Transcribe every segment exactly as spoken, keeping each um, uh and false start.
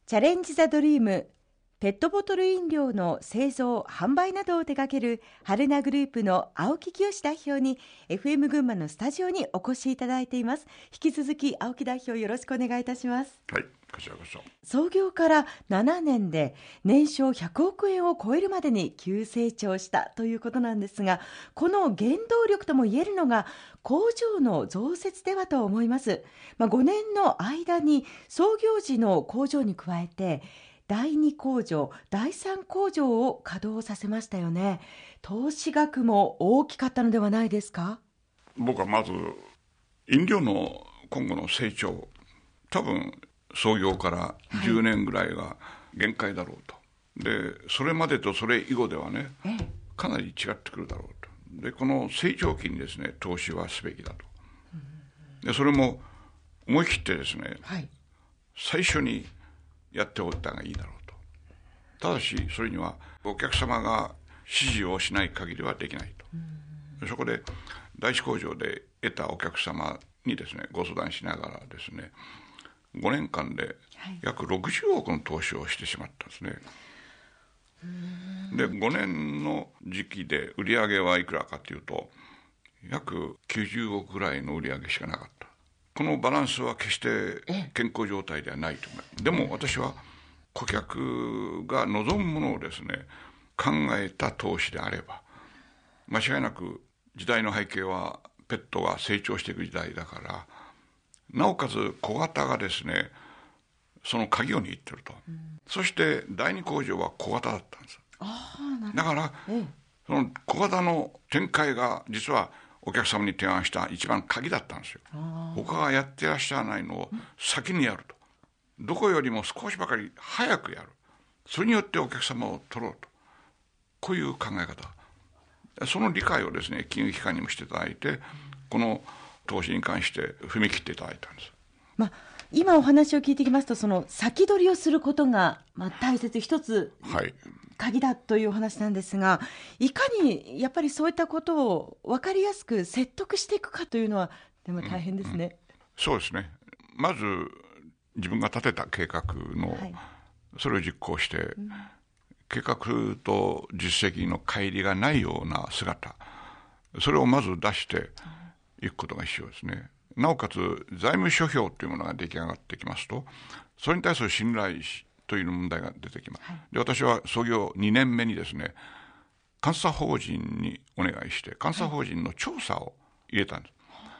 チャレンジザドリームペットボトル飲料の製造販売などを手掛ける春名グループの青木清代表に エフエム 群馬のスタジオにお越しいただいています。引き続き青木代表、よろしくお願いいたします。 はい、こちらこそ。 創業からななねんで年商ひゃくおくえんを超えるまでに急成長したということなんですが、この原動力ともいえるのが工場の増設ではと思います。まあ、ごねんの間に創業時の工場に加えてだいに工場、だいさん工場を稼働させましたよね。投資額も大きかったのではないですか？ 僕はまず飲料の今後の成長、多分創業からじゅうねんぐらいが限界だろうと、はい、でそれまでとそれ以後ではね、ええ、かなり違ってくるだろうと。でこの成長期にですね投資はすべきだと。でそれも思い切ってですね、はい、最初にやっておった方がいいだろうと。ただしそれにはお客様が指示をしない限りはできないと。そこで第一工場で得たお客様にですねご相談しながらですね、ごねんかんで約ろくじゅうおくの投資をしてしまったんですね。でごねんの時期で売上はいくらかというと約きゅうじゅうおくぐらいの売上しかなかった。このバランスは決して健康状態ではないと思います。でも私は顧客が望むものをですね考えた投資であれば、間違いなく時代の背景はペットが成長していく時代だから、なおかつ小型がですねその鍵を握ってると、うん、そしてだいに工場は小型だったんです。 あー、なるほど。 だから、ええ、その小型の展開が実はお客様に提案した一番鍵だったんですよ。他がやってらっしゃらないのを先にやると、どこよりも少しばかり早くやる、それによってお客様を取ろうと、こういう考え方、その理解をですね金融機関にもしていただいて、この投資に関して踏み切っていただいたんです。 まあ、今お話を聞いてきますと、その先取りをすることが、まあ、大切、一つ鍵だというお話なんですが、いかにやっぱりそういったことを分かりやすく説得していくかというのはでも大変ですね。 うんうん、そうですね。まず自分が立てた計画の、はい、それを実行して、うん、計画と実績の乖離がないような姿、それをまず出していくことが必要ですね。なおかつ財務諸表というものが出来上がってきますと、それに対する信頼という問題が出てきます。はい、で私は創業にねんめにですね監査法人にお願いして監査法人の調査を入れたんです。はい、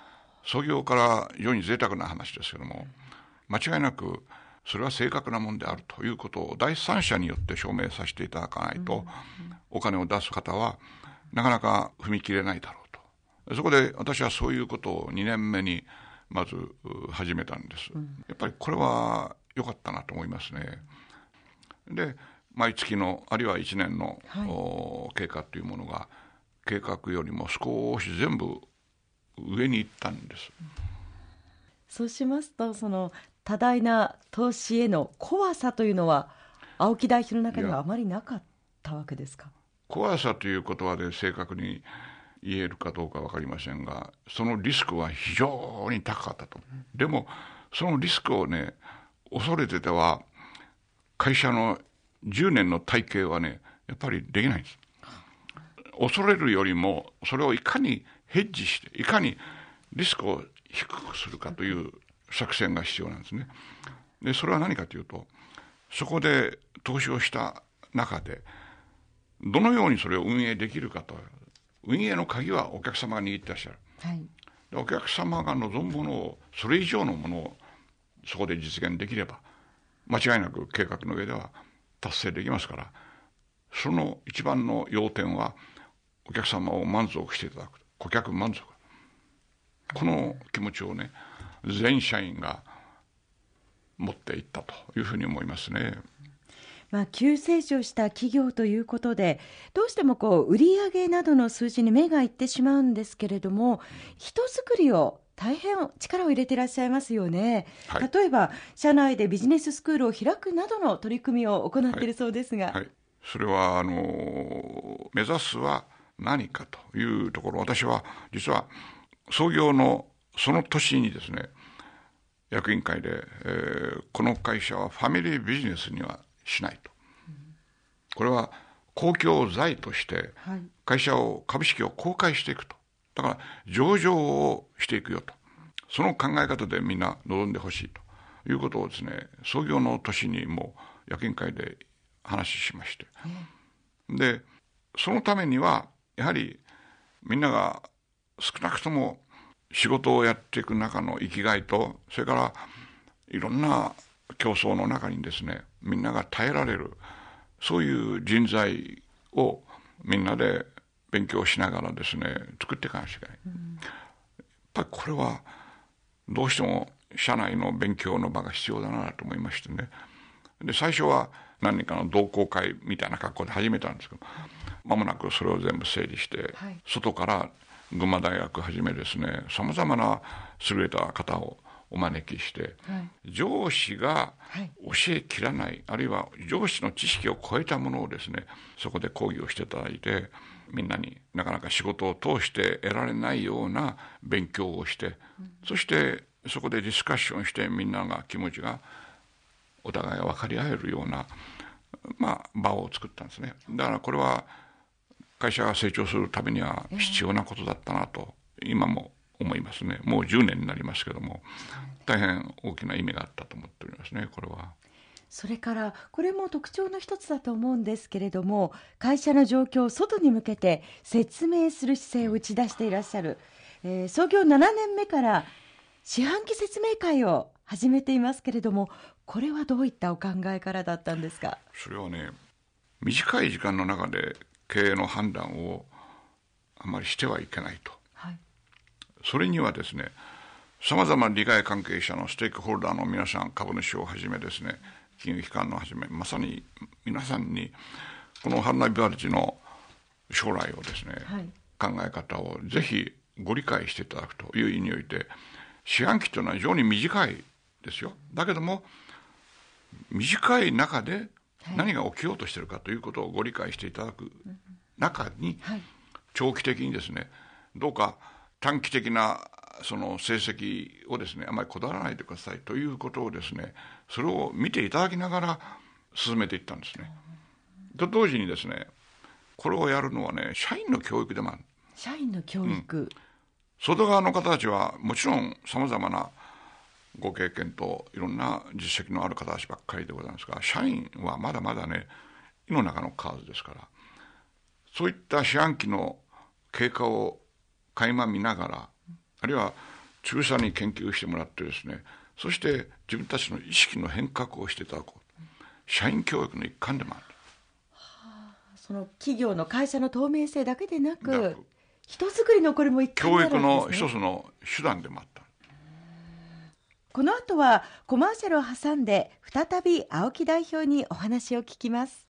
創業から非常に贅沢な話ですけども、間違いなくそれは正確なものであるということを第三者によって証明させていただかないと、お金を出す方はなかなか踏み切れないだろうと。そこで私はそういうことをにねんめにまず始めたんです。やっぱりこれは良かったなと思いますね。で毎月のあるいはいちねんの、はい、経過というものが計画よりも少し全部上に行ったんです。 そうしますと、その多大な投資への怖さというのは青木代表の中にはあまりなかったわけですか？ 怖さという言葉で正確に言えるかどうか分かりませんが、そのリスクは非常に高かったと。でもそのリスクをね恐れてては会社のじゅうねんの体系はねやっぱりできないんです。恐れるよりもそれをいかにヘッジしていかにリスクを低くするかという作戦が必要なんですね。でそれは何かというと、そこで投資をした中でどのようにそれを運営できるかと。運営の鍵はお客様が握ってらっしゃる。はい、でお客様が望むものをそれ以上のものをそこで実現できれば間違いなく計画の上では達成できますから、その一番の要点はお客様を満足していただく、顧客満足、この気持ちをね全社員が持っていったというふうに思いますね。 まあ、急成長した企業ということでどうしてもこう売上などの数字に目がいってしまうんですけれども、人づくりを大変力を入れていらっしゃいますよね。はい、例えば社内でビジネススクールを開くなどの取り組みを行っているそうですが、はいはい、 それはあの目指すは何かというところ、私は実は創業のその年にですね役員会で、えー、この会社はファミリービジネスにはしないと、うん、これは公共財として会社を、株式を公開していくと、だから上場をしていくよと、その考え方でみんな望んでほしいということをですね、創業の年にもう役員会で話しまして、うん、でそのためにはやはりみんなが少なくとも仕事をやっていく中の生きがいと、それからいろんな競争の中にですね、みんなが耐えられる、そういう人材をみんなで勉強しながらですね、作っていかなきゃいけない、うん、やっぱりこれはどうしても社内の勉強の場が必要だなと思いましてね。で最初は何人かの同好会みたいな格好で始めたんですけど、間もなくそれを全部整理して、はい、外から群馬大学はじめですね、さまざまな優れた方をお招きして、はい、上司が教えきらない、はい、あるいは上司の知識を超えたものをですね、そこで講義をしていただいて、みんなになかなか仕事を通して得られないような勉強をして、うん、そしてそこでディスカッションして、みんなが気持ちがお互いが分かり合えるような、まあ、場を作ったんですね。だからこれは会社が成長するためには必要なことだったなと今も思いますね。もうじゅうねんになりますけども、大変大きな意味があったと思っておりますね、これは。 それからこれも特徴の一つだと思うんですけれども、会社の状況を外に向けて説明する姿勢を打ち出していらっしゃる、えー、創業ななねんめから四半期説明会を始めていますけれども、これはどういったお考えからだったんですか？ それはね、短い時間の中で経営の判断をあまりしてはいけないと、はい、それにはですね、さまざまな利害関係者のステークホルダーの皆さん、株主をはじめですね、金融機関のはじめ、まさに皆さんにこのハルナビバレッジの将来をですね、はい、考え方をぜひご理解していただくという意味において、四半期というのは非常に短いですよ。だけども短い中で何が起きようとしているかということをご理解していただく中に、長期的にですね、どうか短期的なその成績をですね、あまりこだわらないでくださいということをですね、それを見ていただきながら進めていったんですね。と同時にですね、これをやるのはね、社員の教育でもある。 社員の教育、うん、 外側の方たちはもちろんさまざまなご経験といろんな実績のある方たちばっかりでございますが、社員はまだまだね、井の中の蛙ですから、そういった四半期の経過を垣間見ながら、あるいは中佐に研究してもらってですね、そして自分たちの意識の変革をしていただこう、社員教育の一環でもある、 はあ、その企業の会社の透明性だけでなく、人づくりのこれも一環になるんですね。 教育の一つの手段でもあった。 この後はコマーシャルを挟んで再び青木代表にお話を聞きます。